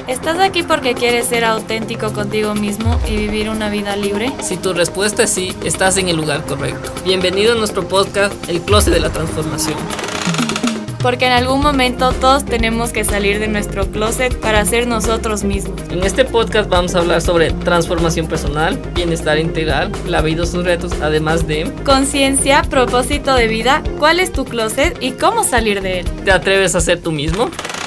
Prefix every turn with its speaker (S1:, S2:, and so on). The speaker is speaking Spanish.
S1: ¿Estás aquí porque quieres ser auténtico contigo mismo y vivir una vida libre?
S2: Si tu respuesta es sí, estás en el lugar correcto. Bienvenido a nuestro podcast, El Closet de la Transformación.
S1: Porque en algún momento todos tenemos que salir de nuestro closet para ser nosotros mismos.
S2: En este podcast vamos a hablar sobre transformación personal, bienestar integral, la vida y sus retos, además de
S1: conciencia, propósito de vida, cuál es tu closet y cómo salir de él.
S2: ¿te atreves a ser tú mismo?